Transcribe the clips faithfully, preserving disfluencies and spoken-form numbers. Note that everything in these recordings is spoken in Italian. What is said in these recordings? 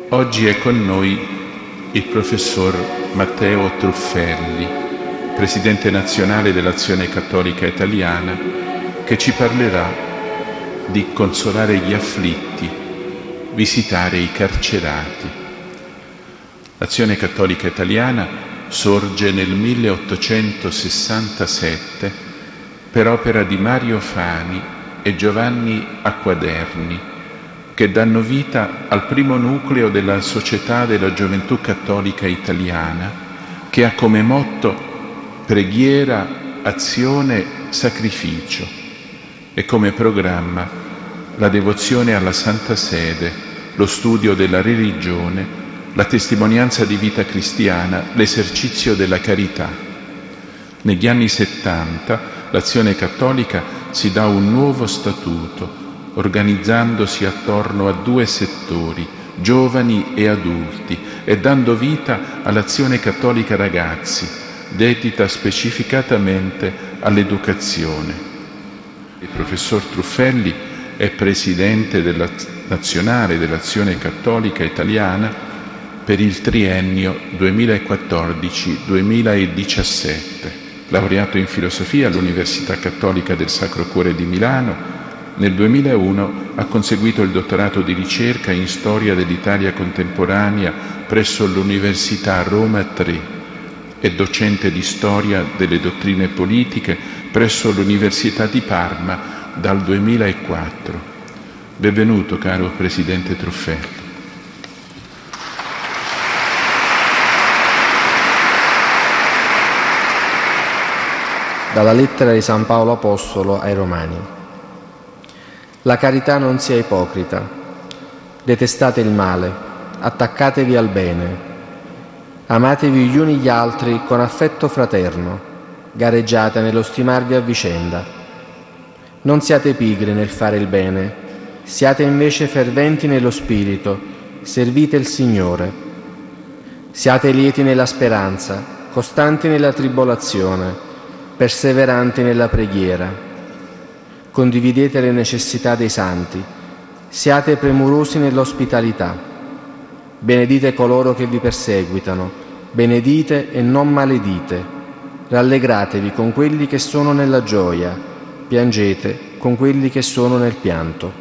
Oggi è con noi il professor Matteo Truffelli, presidente nazionale dell'Azione Cattolica Italiana, che ci parlerà di consolare gli afflitti, visitare i carcerati. L'Azione Cattolica Italiana sorge nel milleottocentosessantasette per opera di Mario Fani e Giovanni Acquaderni, che danno vita al primo nucleo della Società della Gioventù Cattolica Italiana, che ha come motto preghiera, azione, sacrificio e come programma la devozione alla Santa Sede, lo studio della religione, la testimonianza di vita cristiana, l'esercizio della carità. Negli anni settanta l'Azione Cattolica si dà un nuovo statuto, organizzandosi attorno a due settori, giovani e adulti, e dando vita all'Azione Cattolica Ragazzi, dedita specificatamente all'educazione. Il professor Truffelli è presidente della, nazionale dell'Azione Cattolica Italiana per il triennio duemilaquattordici duemiladiciassette, laureato in filosofia all'Università Cattolica del Sacro Cuore di Milano. Nel duemilauno ha conseguito il dottorato di ricerca in storia dell'Italia contemporanea presso l'Università Roma tre e docente di storia delle dottrine politiche presso l'Università di Parma dal duemilaquattro. Benvenuto, caro Presidente Truffelli. Dalla lettera di San Paolo Apostolo ai Romani. La carità non sia ipocrita. Detestate il male, attaccatevi al bene. Amatevi gli uni gli altri con affetto fraterno, gareggiate nello stimarvi a vicenda. Non siate pigri nel fare il bene, siate invece ferventi nello spirito, servite il Signore. Siate lieti nella speranza, costanti nella tribolazione, perseveranti nella preghiera. Condividete le necessità dei santi, siate premurosi nell'ospitalità. Benedite coloro che vi perseguitano, benedite e non maledite. Rallegratevi con quelli che sono nella gioia, piangete con quelli che sono nel pianto.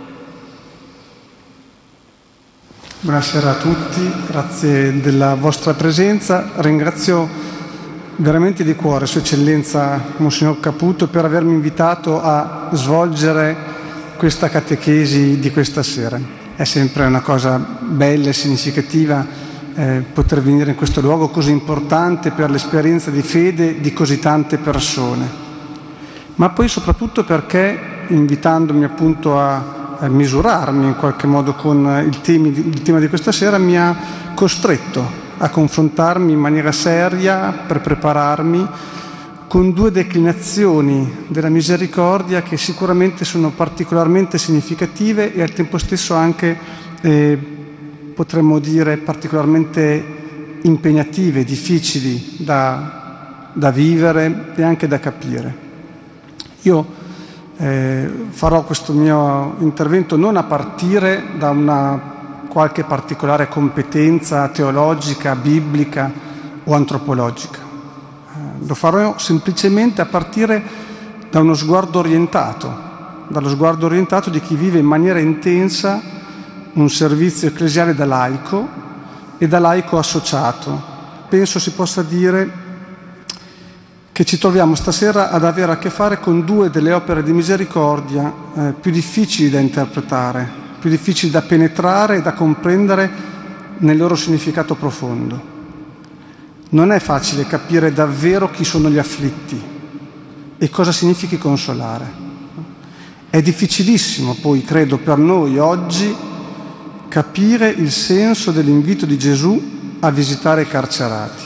Buonasera a tutti, grazie della vostra presenza. Ringrazio veramente di cuore Sua Eccellenza Monsignor Caputo per avermi invitato a svolgere questa catechesi di questa sera. È sempre una cosa bella e significativa eh, poter venire in questo luogo così importante per l'esperienza di fede di così tante persone, ma poi soprattutto perché, invitandomi appunto a, a misurarmi in qualche modo con il, temi, il tema di questa sera, mi ha costretto a confrontarmi in maniera seria per prepararmi con due declinazioni della misericordia che sicuramente sono particolarmente significative e al tempo stesso anche, eh, potremmo dire, particolarmente impegnative, difficili da, da vivere e anche da capire. Io eh, farò questo mio intervento non a partire da una qualche particolare competenza teologica, biblica o antropologica. Eh, lo farò semplicemente a partire da uno sguardo orientato, dallo sguardo orientato di chi vive in maniera intensa un servizio ecclesiale da laico e da laico associato. Penso si possa dire che ci troviamo stasera ad avere a che fare con due delle opere di misericordia eh, più difficili da interpretare, più difficili da penetrare e da comprendere nel loro significato profondo. Non è facile capire davvero chi sono gli afflitti e cosa significhi consolare. È difficilissimo poi, credo, per noi oggi capire il senso dell'invito di Gesù a visitare i carcerati.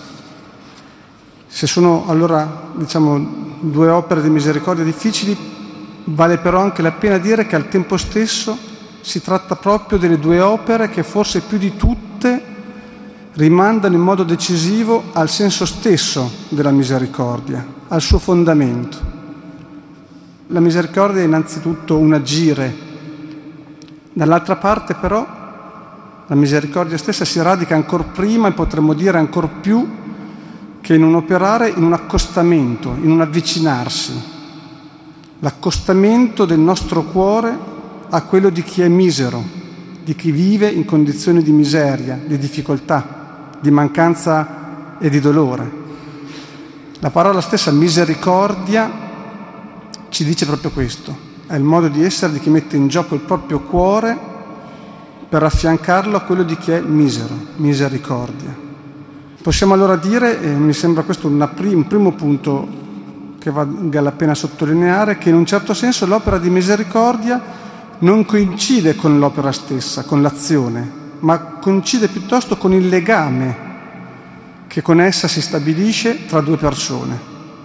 Se sono allora, diciamo, due opere di misericordia difficili, vale però anche la pena dire che al tempo stesso si tratta proprio delle due opere che forse più di tutte rimandano in modo decisivo al senso stesso della misericordia, al suo fondamento. La misericordia è innanzitutto un agire, dall'altra parte però La misericordia stessa si radica ancor prima e potremmo dire ancor più che in un operare, in un accostamento, in un avvicinarsi. L'accostamento del nostro cuore a quello di chi è misero, di chi vive in condizioni di miseria, di difficoltà, di mancanza e di dolore. La parola stessa misericordia ci dice proprio questo, è il modo di essere di chi mette in gioco il proprio cuore per affiancarlo a quello di chi è misero, misericordia. Possiamo allora dire, e mi sembra questo una prim- un primo punto che vale la pena sottolineare, che in un certo senso l'opera di misericordia non coincide con l'opera stessa, con l'azione, ma coincide piuttosto con il legame che con essa si stabilisce tra due persone.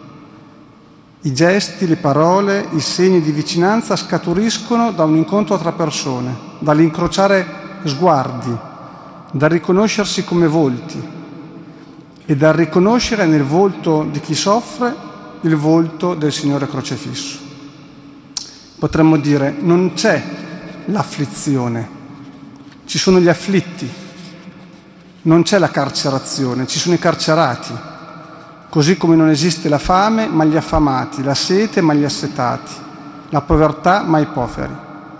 I gesti, le parole, i segni di vicinanza scaturiscono da un incontro tra persone, dall'incrociare sguardi, dal riconoscersi come volti e dal riconoscere nel volto di chi soffre il volto del Signore crocefisso. Potremmo dire, non c'è l'afflizione, ci sono gli afflitti. Non c'è la carcerazione, ci sono i carcerati, così come non esiste la fame ma gli affamati, la sete ma gli assetati, la povertà ma i poveri.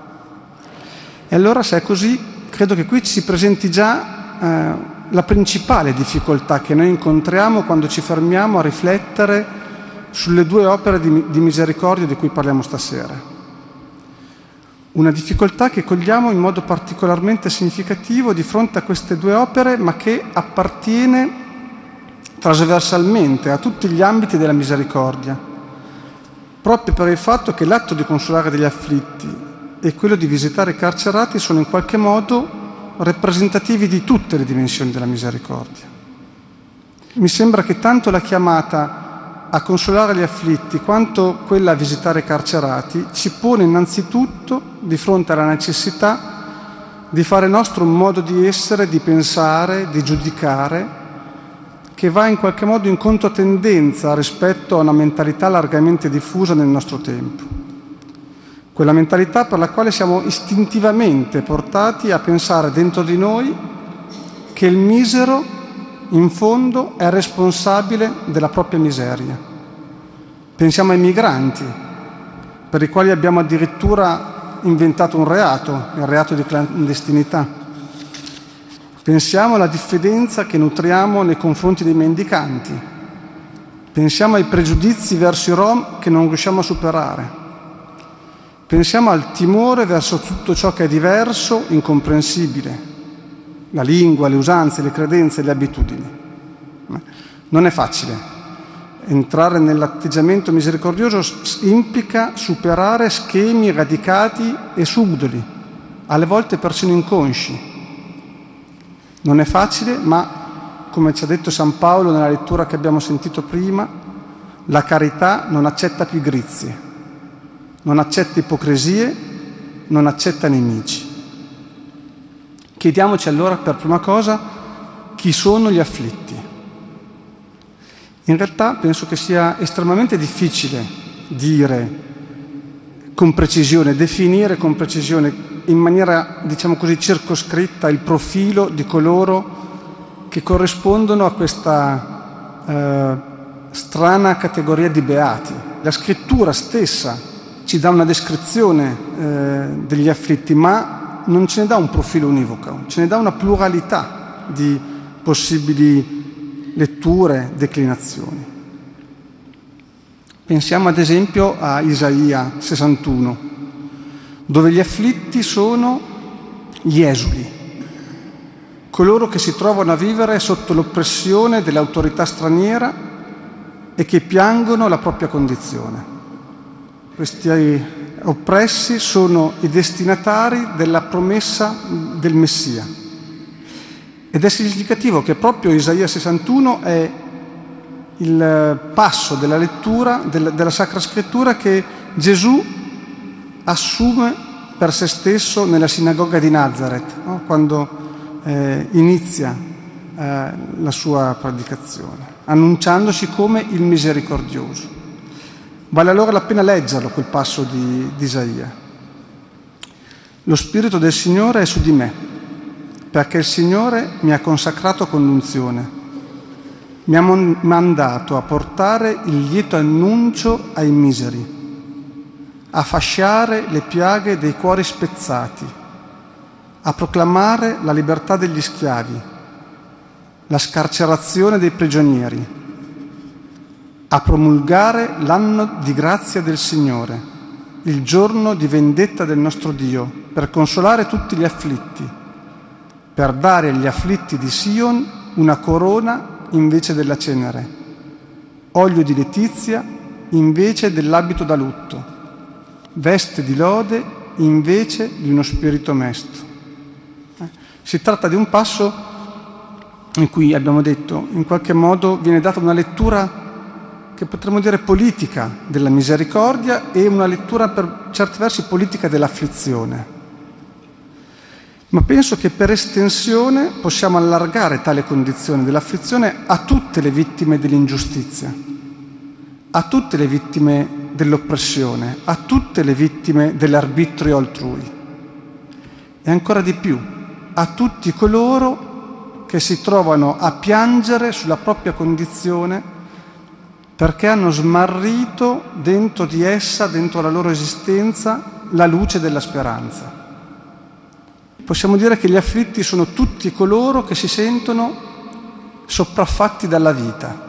E allora se è così, credo che qui ci si presenti già eh, la principale difficoltà che noi incontriamo quando ci fermiamo a riflettere sulle due opere di, di misericordia di cui parliamo stasera. Una difficoltà che cogliamo in modo particolarmente significativo di fronte a queste due opere, ma che appartiene trasversalmente a tutti gli ambiti della misericordia, proprio per il fatto che l'atto di consolare degli afflitti e quello di visitare i carcerati sono in qualche modo rappresentativi di tutte le dimensioni della misericordia. Mi sembra che tanto la chiamata a consolare gli afflitti quanto quella a visitare i carcerati ci pone innanzitutto di fronte alla necessità di fare nostro un modo di essere, di pensare, di giudicare, che va in qualche modo in controtendenza rispetto a una mentalità largamente diffusa nel nostro tempo. Quella mentalità per la quale siamo istintivamente portati a pensare dentro di noi che il misero in fondo è responsabile della propria miseria. Pensiamo ai migranti, per i quali abbiamo addirittura inventato un reato, il reato di clandestinità. Pensiamo alla diffidenza che nutriamo nei confronti dei mendicanti. Pensiamo ai pregiudizi verso i Rom che non riusciamo a superare. Pensiamo al timore verso tutto ciò che è diverso, incomprensibile. La lingua, le usanze, le credenze, le abitudini. Non è facile. Entrare nell'atteggiamento misericordioso implica superare schemi radicati e subdoli, alle volte persino inconsci. Non è facile, ma, come ci ha detto San Paolo nella lettura che abbiamo sentito prima, la carità non accetta pigrizie, non accetta ipocrisie, non accetta nemici. Chiediamoci allora per prima cosa chi sono gli afflitti. In realtà penso che sia estremamente difficile dire con precisione, definire con precisione, in maniera, diciamo così, circoscritta il profilo di coloro che corrispondono a questa eh, strana categoria di beati. La scrittura stessa ci dà una descrizione eh, degli afflitti, ma non ce ne dà un profilo univoco, ce ne dà una pluralità di possibili letture, declinazioni. Pensiamo ad esempio a Isaia sessantuno, dove gli afflitti sono gli esuli, coloro che si trovano a vivere sotto l'oppressione dell'autorità straniera e che piangono la propria condizione. Questi oppressi sono i destinatari della promessa del Messia. Ed è significativo che proprio Isaia sessantuno è il passo della lettura del, della Sacra Scrittura che Gesù assume per se stesso nella sinagoga di Nazareth, no? Quando eh, inizia eh, la sua predicazione, annunciandosi come il misericordioso. Vale allora la pena leggerlo, quel passo di, di Isaia. Lo Spirito del Signore è su di me, perché il Signore mi ha consacrato con l'unzione. Mi ha mandato a portare il lieto annuncio ai miseri, a fasciare le piaghe dei cuori spezzati, a proclamare la libertà degli schiavi, la scarcerazione dei prigionieri, a promulgare l'anno di grazia del Signore, il giorno di vendetta del nostro Dio, per consolare tutti gli afflitti, per dare agli afflitti di Sion una corona invece della cenere, olio di letizia invece dell'abito da lutto, veste di lode invece di uno spirito mesto. Eh? Si tratta di un passo in cui, abbiamo detto, in qualche modo viene data una lettura che potremmo dire politica della misericordia e una lettura per certi versi politica dell'afflizione. Ma penso che per estensione possiamo allargare tale condizione dell'afflizione a tutte le vittime dell'ingiustizia, a tutte le vittime dell'oppressione, a tutte le vittime dell'arbitrio altrui e ancora di più a tutti coloro che si trovano a piangere sulla propria condizione perché hanno smarrito dentro di essa, dentro la loro esistenza, la luce della speranza. Possiamo dire che gli afflitti sono tutti coloro che si sentono sopraffatti dalla vita,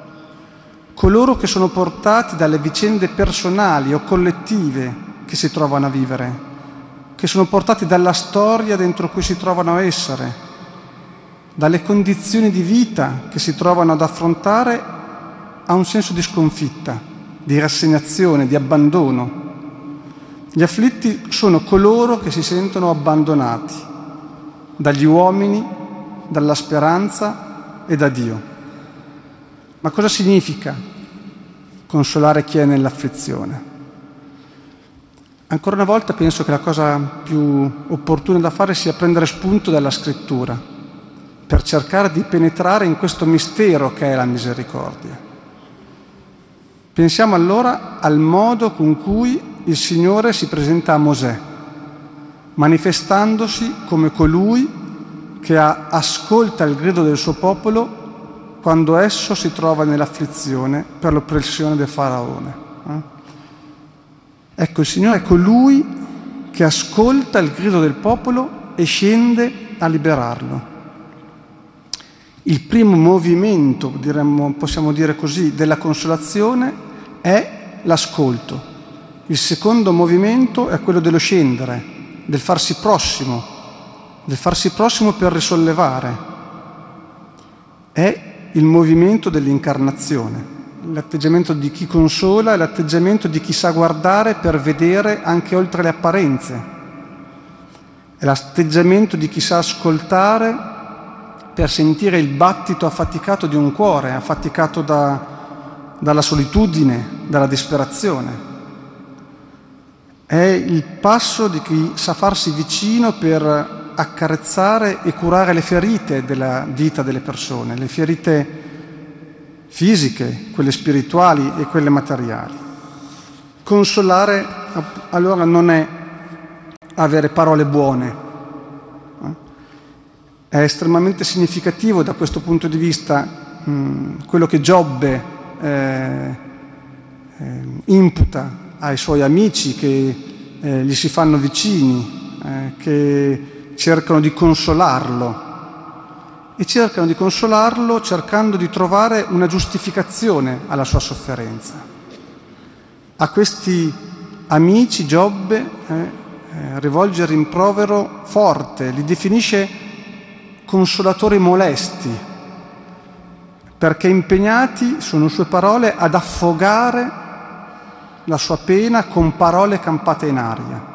coloro che sono portati dalle vicende personali o collettive che si trovano a vivere, che sono portati dalla storia dentro cui si trovano a essere, dalle condizioni di vita che si trovano ad affrontare a un senso di sconfitta, di rassegnazione, di abbandono. Gli afflitti sono coloro che si sentono abbandonati dagli uomini, dalla speranza e da Dio. Ma cosa significa consolare chi è nell'afflizione? Ancora una volta penso che la cosa più opportuna da fare sia prendere spunto dalla Scrittura per cercare di penetrare in questo mistero che è la misericordia. Pensiamo allora al modo con cui il Signore si presenta a Mosè, manifestandosi come colui che ascolta il grido del suo popolo quando esso si trova nell'afflizione per l'oppressione del Faraone. Ecco, il Signore è colui che ascolta il grido del popolo e scende a liberarlo. Il primo movimento, diremmo, possiamo dire così, della consolazione è l'ascolto. Il secondo movimento è quello dello scendere, del farsi prossimo, del farsi prossimo per risollevare. È il movimento dell'incarnazione. L'atteggiamento di chi consola è l'atteggiamento di chi sa guardare per vedere anche oltre le apparenze. È l'atteggiamento di chi sa ascoltare per sentire il battito affaticato di un cuore, affaticato da, dalla solitudine, dalla disperazione. È il passo di chi sa farsi vicino per accarezzare e curare le ferite della vita delle persone, le ferite fisiche, quelle spirituali e quelle materiali. Consolare allora non è avere parole buone. È estremamente significativo da questo punto di vista mh, quello che Giobbe eh, eh, imputa ai suoi amici che eh, gli si fanno vicini, eh, che cercano di consolarlo e cercano di consolarlo cercando di trovare una giustificazione alla sua sofferenza. A questi amici Giobbe eh, eh, rivolge il rimprovero forte, li definisce consolatori molesti, perché impegnati, sono sue parole, ad affogare la sua pena con parole campate in aria.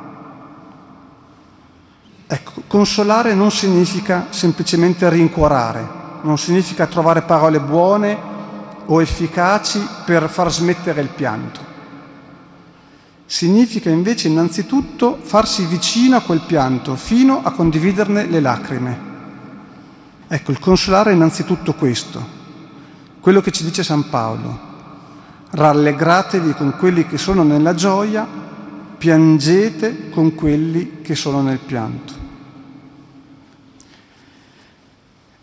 Ecco, consolare non significa semplicemente rincuorare, non significa trovare parole buone o efficaci per far smettere il pianto. Significa invece innanzitutto farsi vicino a quel pianto fino a condividerne le lacrime. Ecco, il consolare è innanzitutto questo, quello che ci dice San Paolo. Rallegratevi con quelli che sono nella gioia, piangete con quelli che sono nel pianto.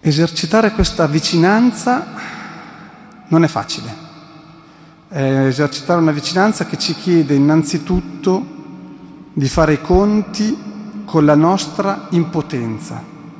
Esercitare questa vicinanza non è facile. È esercitare una vicinanza che ci chiede innanzitutto di fare i conti con la nostra impotenza.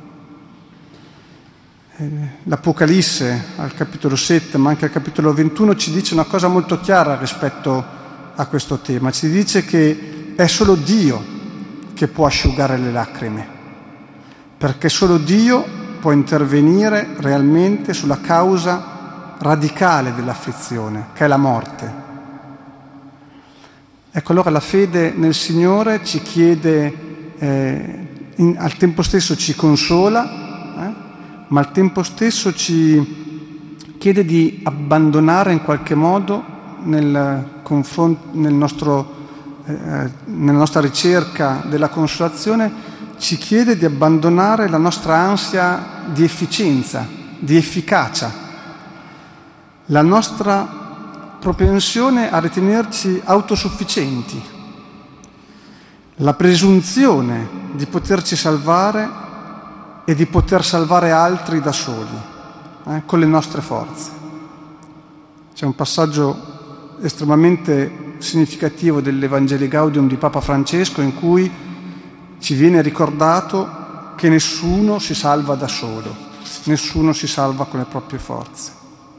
L'Apocalisse al capitolo sette, ma anche al capitolo ventuno, ci dice una cosa molto chiara rispetto a questo tema. Ci dice che è solo Dio che può asciugare le lacrime, perché solo Dio può intervenire realmente sulla causa radicale dell'afflizione, che è la morte. Ecco, allora la fede nel Signore ci chiede, eh, in, al tempo stesso ci consola, eh, ma al tempo stesso ci chiede di abbandonare in qualche modo nel confronto, nel nostro, eh, nella nostra ricerca della consolazione, ci chiede di abbandonare la nostra ansia di efficienza, di efficacia, la nostra propensione a ritenerci autosufficienti, la presunzione di poterci salvare e di poter salvare altri da soli, eh, con le nostre forze. C'è un passaggio estremamente significativo dell'Evangelii Gaudium di Papa Francesco in cui ci viene ricordato che nessuno si salva da solo, nessuno si salva con le proprie forze.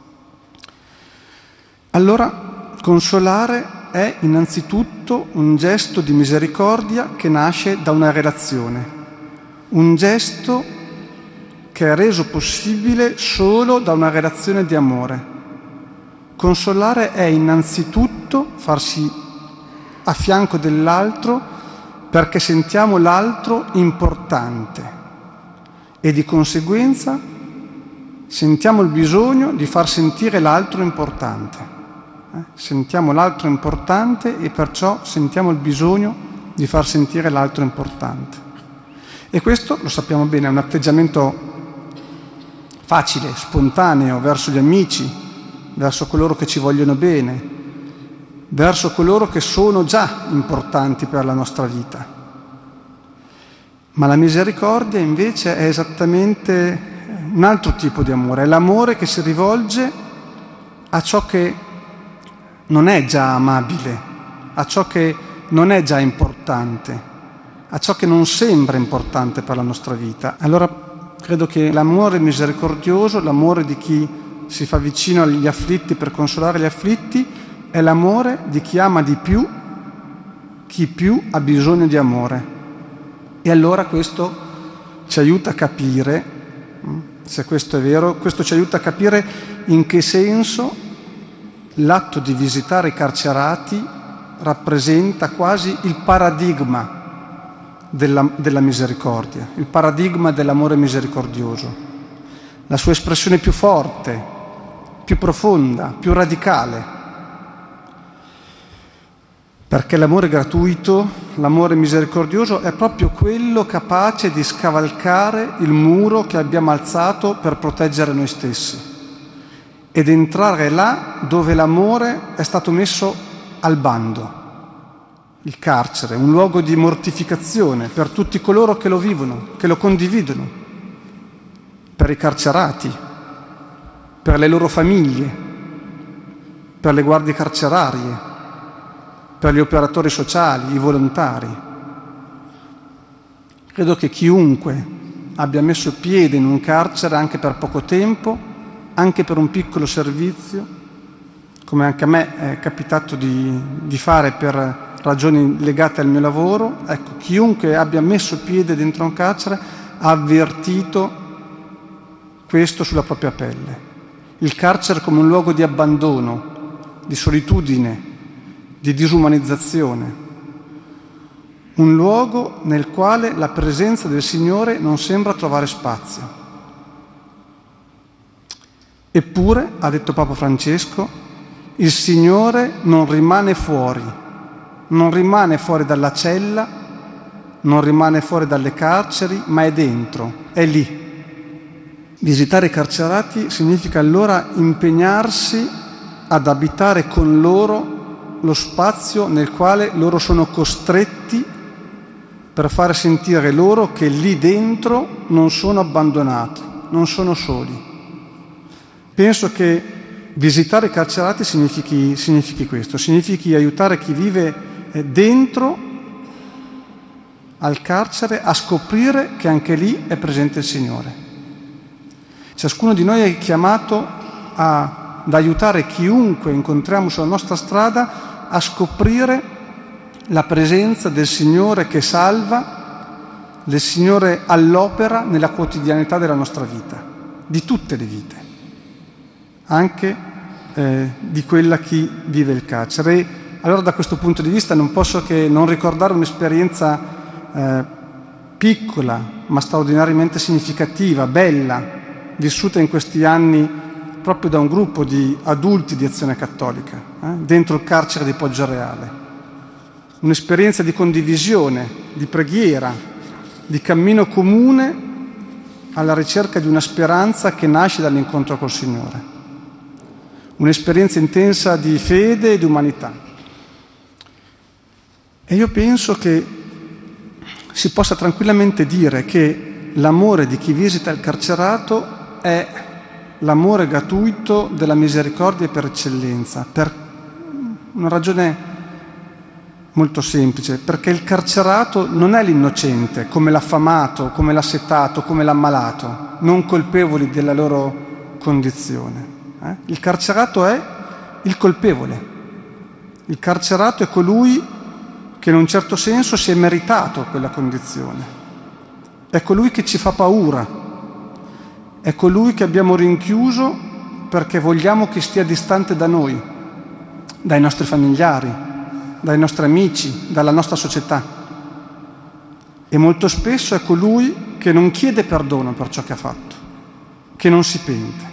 Allora, consolare è innanzitutto un gesto di misericordia che nasce da una relazione, un gesto che è reso possibile solo da una relazione di amore. Consolare è innanzitutto farsi a fianco dell'altro perché sentiamo l'altro importante e di conseguenza sentiamo il bisogno di far sentire l'altro importante. Eh? Sentiamo l'altro importante e perciò sentiamo il bisogno di far sentire l'altro importante. E questo, lo sappiamo bene, è un atteggiamento facile, spontaneo verso gli amici, verso coloro che ci vogliono bene, verso coloro che sono già importanti per la nostra vita. Ma la misericordia invece è esattamente un altro tipo di amore, è l'amore che si rivolge a ciò che non è già amabile, a ciò che non è già importante, a ciò che non sembra importante per la nostra vita. Allora credo che l'amore misericordioso, l'amore di chi si fa vicino agli afflitti per consolare gli afflitti, è l'amore di chi ama di più chi più ha bisogno di amore. E allora questo ci aiuta a capire, se questo è vero, questo ci aiuta a capire in che senso l'atto di visitare i carcerati rappresenta quasi il paradigma della, della misericordia, il paradigma dell'amore misericordioso, la sua espressione più forte, più profonda, più radicale. Perché l'amore gratuito, l'amore misericordioso è proprio quello capace di scavalcare il muro che abbiamo alzato per proteggere noi stessi ed entrare là dove l'amore è stato messo al bando. Il carcere, un luogo di mortificazione per tutti coloro che lo vivono, che lo condividono, per i carcerati, per le loro famiglie, per le guardie carcerarie, per gli operatori sociali, i volontari. Credo che chiunque abbia messo piede in un carcere anche per poco tempo, anche per un piccolo servizio, come anche a me è capitato di, di fare per ragioni legate al mio lavoro, ecco, chiunque abbia messo piede dentro un carcere ha avvertito questo sulla propria pelle. Il carcere come un luogo di abbandono, di solitudine, di disumanizzazione, un luogo nel quale la presenza del Signore non sembra trovare spazio. Eppure, ha detto Papa Francesco, il Signore non rimane fuori, non rimane fuori dalla cella, non rimane fuori dalle carceri, ma è dentro, è lì. Visitare i carcerati significa allora impegnarsi ad abitare con loro lo spazio nel quale loro sono costretti per far sentire loro che lì dentro non sono abbandonati, non sono soli. Penso che visitare i carcerati significhi, significhi questo, significhi aiutare chi vive dentro al carcere a scoprire che anche lì è presente il Signore. Ciascuno di noi è chiamato a, ad aiutare chiunque incontriamo sulla nostra strada a scoprire la presenza del Signore che salva, del Signore all'opera nella quotidianità della nostra vita, di tutte le vite, anche eh, di quella chi vive il carcere. E allora da questo punto di vista non posso che non ricordare un'esperienza eh, piccola ma straordinariamente significativa, bella, vissuta in questi anni proprio da un gruppo di adulti di Azione Cattolica, eh, dentro il carcere di Poggioreale. Un'esperienza di condivisione, di preghiera, di cammino comune alla ricerca di una speranza che nasce dall'incontro col Signore. Un'esperienza intensa di fede e di umanità. E io penso che si possa tranquillamente dire che l'amore di chi visita il carcerato è l'amore gratuito della misericordia per eccellenza, per una ragione molto semplice, perché il carcerato non è l'innocente, come l'affamato, come l'assetato, come l'ammalato, non colpevoli della loro condizione. Eh? Il carcerato è il colpevole. Il carcerato è colui che in un certo senso si è meritato quella condizione. È colui che ci fa paura. È colui che abbiamo rinchiuso perché vogliamo che stia distante da noi, dai nostri familiari, dai nostri amici, dalla nostra società. E molto spesso è colui che non chiede perdono per ciò che ha fatto, che non si pente.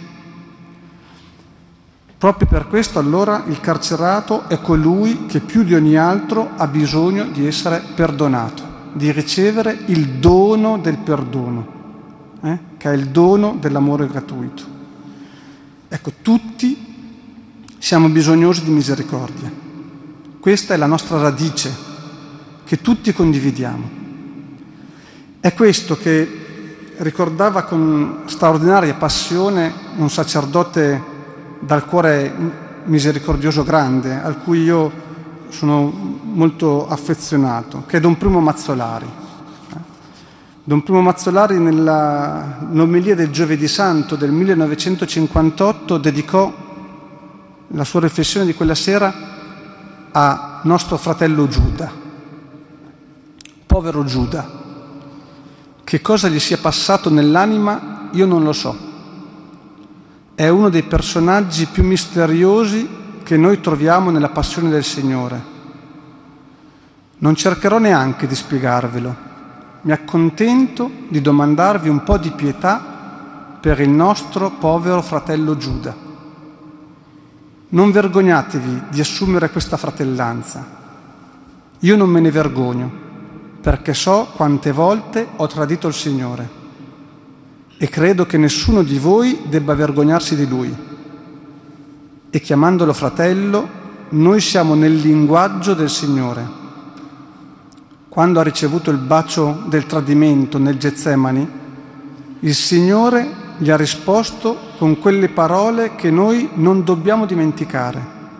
Proprio per questo allora il carcerato è colui che più di ogni altro ha bisogno di essere perdonato, di ricevere il dono del perdono, eh? che è il dono dell'amore gratuito. Ecco, tutti siamo bisognosi di misericordia. Questa è la nostra radice, che tutti condividiamo. È questo che ricordava con straordinaria passione un sacerdote dal cuore misericordioso grande, al cui io sono molto affezionato, che è Don Primo Mazzolari. Don Primo Mazzolari nell'omelia del Giovedì Santo del millenovecentocinquantotto dedicò la sua riflessione di quella sera a nostro fratello Giuda. Povero Giuda, che cosa gli sia passato nell'anima io non lo so. È uno dei personaggi più misteriosi che noi troviamo nella passione del Signore. Non cercherò neanche di spiegarvelo, mi accontento di domandarvi un po' di pietà per il nostro povero fratello Giuda. Non vergognatevi di assumere questa fratellanza. Io non me ne vergogno, perché so quante volte ho tradito il Signore. E credo che nessuno di voi debba vergognarsi di Lui. E chiamandolo fratello, noi siamo nel linguaggio del Signore. Quando ha ricevuto il bacio del tradimento nel Getsemani, il Signore gli ha risposto con quelle parole che noi non dobbiamo dimenticare.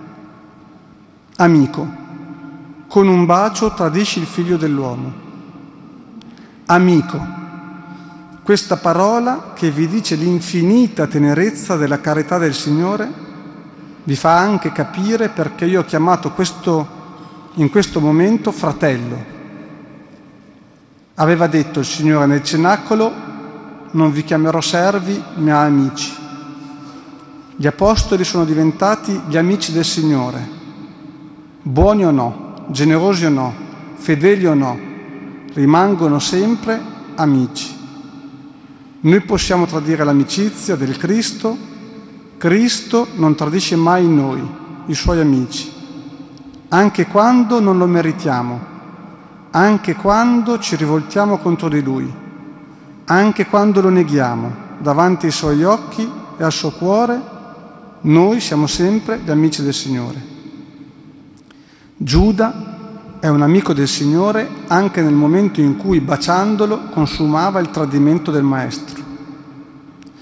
Amico, con un bacio tradisci il figlio dell'uomo. Amico, questa parola che vi dice l'infinita tenerezza della carità del Signore vi fa anche capire perché io ho chiamato questo, in questo momento fratello. Aveva detto il Signore nel cenacolo: non vi chiamerò servi ma amici. Gli apostoli sono diventati gli amici del Signore, buoni o no, generosi o no, fedeli o no, rimangono sempre amici. Noi possiamo tradire l'amicizia del Cristo, Cristo non tradisce mai noi, i Suoi amici, anche quando non lo meritiamo, anche quando ci rivoltiamo contro di Lui, anche quando lo neghiamo davanti ai Suoi occhi e al Suo cuore, noi siamo sempre gli amici del Signore. Giuda è un amico del Signore anche nel momento in cui, baciandolo, consumava il tradimento del Maestro.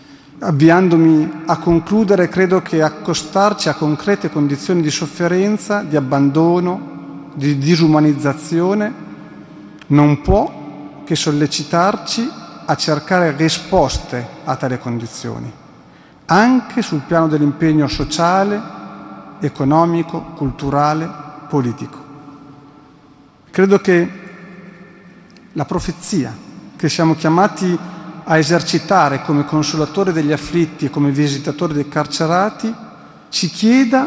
avviandomi a concludere, credo che accostarci a concrete condizioni di sofferenza, di abbandono, di disumanizzazione, non può che sollecitarci a cercare risposte a tali condizioni, anche sul piano dell'impegno sociale, economico, culturale, politico. Credo che la profezia che siamo chiamati a esercitare come consolatori degli afflitti e come visitatori dei carcerati ci chieda,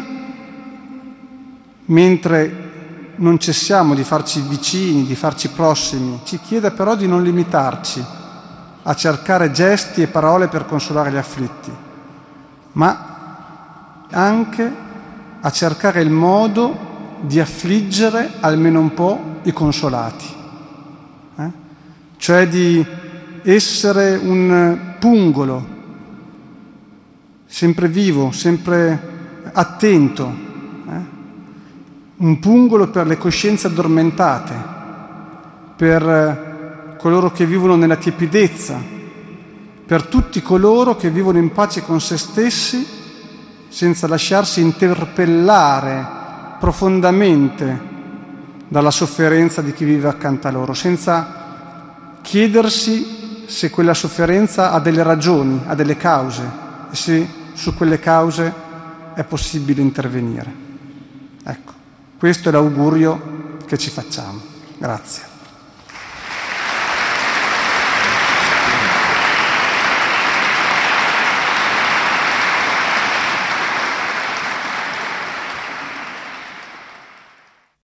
mentre non cessiamo di farci vicini, di farci prossimi, ci chieda però di non limitarci a cercare gesti e parole per consolare gli afflitti, ma anche a cercare il modo di affliggere almeno un po' i consolati, eh? Cioè di essere un pungolo sempre vivo, sempre attento, eh? Un pungolo per le coscienze addormentate, per coloro che vivono nella tiepidezza, per tutti coloro che vivono in pace con se stessi senza lasciarsi interpellare profondamente dalla sofferenza di chi vive accanto a loro, senza chiedersi se quella sofferenza ha delle ragioni, ha delle cause e se su quelle cause è possibile intervenire. Ecco, questo è l'augurio che ci facciamo. Grazie.